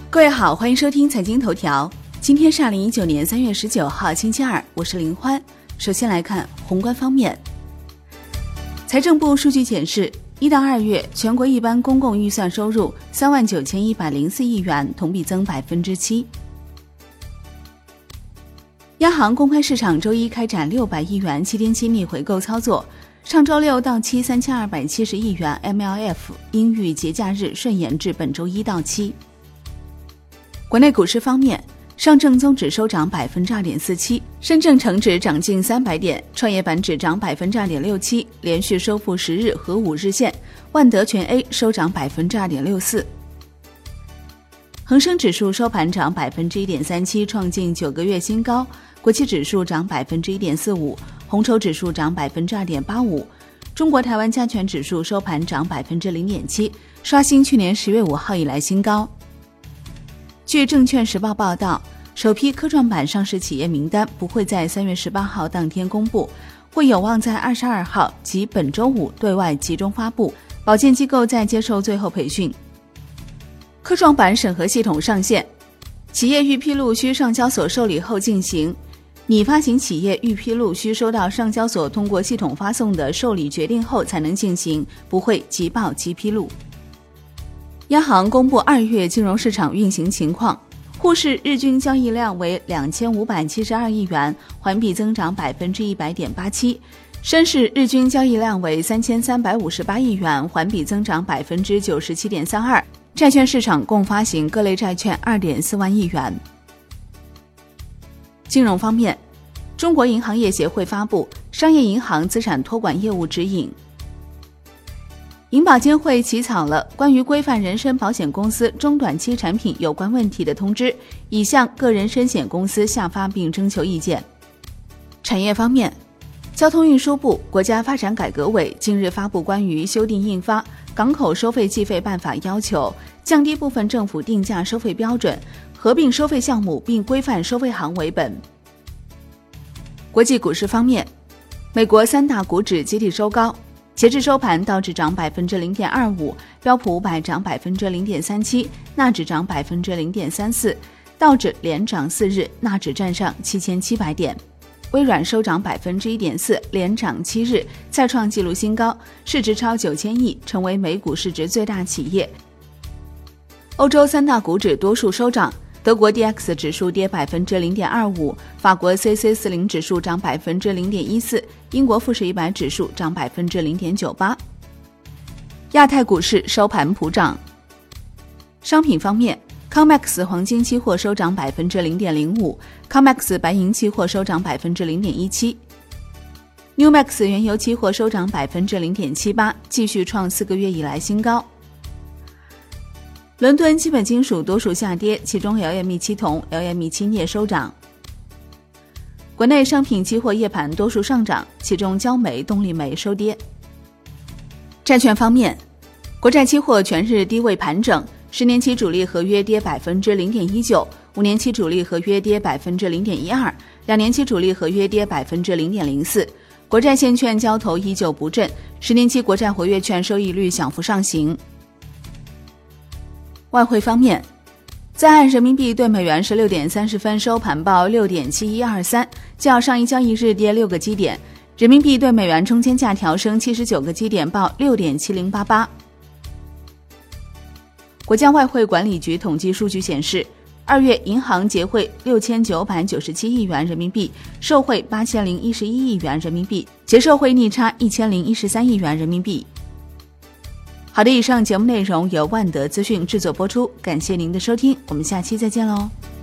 各位好，欢迎收听财经头条。今天是2019年3月19号星期二，我是林欢。首先来看宏观方面。财政部数据显示，1到2月全国一般公共预算收入39104亿元，同比增7%。央行公开市场周一开展600亿元7天期逆回购操作，上周六到期3270亿元 MLF 因遇节假日顺延至本周一到期。国内股市方面，上证综指收涨2.47%，深证成指涨近300点，创业板指涨2.67%，连续收复10日和5日线。万德全 A 收涨2.64%。恒生指数收盘涨1.37%，创近9个月新高。国企指数涨1.45%，红筹指数涨2.85%。中国台湾加权指数收盘涨0.7%，刷新去年10月5号以来新高。据证券时报报道，首批科创板上市企业名单不会在3月18号当天公布，会有望在22号即本周五对外集中发布，保荐机构在接受最后培训。科创板审核系统上线，企业预披露需上交所受理后进行，拟发行企业预披露需收到上交所通过系统发送的受理决定后才能进行，不会即报即披露。央行公布2月金融市场运行情况，沪市日均交易量为2572亿元，环比增长100.87%；深市日均交易量为3358亿元，环比增长97.32%。债券市场共发行各类债券2.4万亿元。金融方面，中国银行业协会发布商业银行资产托管业务指引。银保监会起草了关于规范人身保险公司中短期产品有关问题的通知，已向个人身险公司下发并征求意见。产业方面，交通运输部、国家发展改革委近日发布关于修订印发《港口收费计费办法》要求，降低部分政府定价收费标准，合并收费项目并规范收费行为本。国际股市方面，美国3大股指集体收高，截至收盘，道指涨0.25%，标普500涨0.37%，纳指涨0.34%，道指连涨4日，纳指站上7700点。微软收涨1.4%，连涨7日，再创纪录新高，市值超9000亿，成为美股市值最大企业。欧洲3大股指多数收涨，德国 DAX 指数跌0.25%，法国 CAC40 指数涨0.14%，英国富时100指数涨0.98%。亚太股市收盘普涨。商品方面，COMEX 黄金期货收涨0.05%， COMEX 白银期货收涨0.17%， NEWMEX 原油期货收涨0.78%，继续创4个月以来新高。伦敦基本金属多数下跌，其中窑冶期铜、窑冶期镍收涨。国内商品期货夜盘多数上涨，其中焦煤、动力煤收跌。债券方面，国债期货全日低位盘整，10年期主力合约跌0.19%，5年期主力合约跌0.12%，2年期主力合约跌0.04%。国债现券交投依旧不振，10年期国债活跃券收益率小幅上行。外汇方面，在岸人民币对美元16点30分收盘报6.7123，较上一交易日跌6个基点，人民币对美元中间价调升79个基点，报6.7088。国家外汇管理局统计数据显示，2月银行结汇6997亿元人民币，售汇8011亿元人民币，结售汇逆差1013亿元人民币。好的，以上节目内容由万德资讯制作播出，感谢您的收听，我们下期再见喽。